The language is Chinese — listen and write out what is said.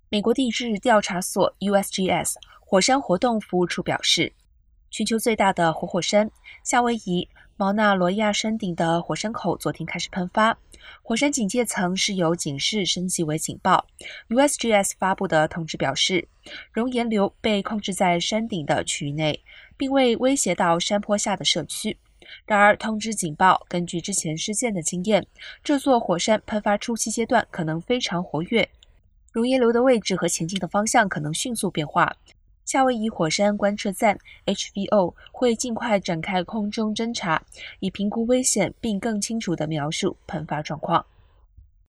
美国地质调查所 USGS 火山活动服务处表示，全球最大的活火山夏威夷毛纳罗亚山顶的火山口昨天开始喷发，火山警戒层是由警示升级为警报。USGS 发布的通知表示，熔岩流被控制在山顶的区域内，并未威胁到山坡下的社区。然而，通知警报，根据之前事件的经验，这座火山喷发初期阶段可能非常活跃，熔岩流的位置和前进的方向可能迅速变化。夏威夷火山观测站 HVO 会尽快展开空中侦察，以评估危险并更清楚地描述喷发状况。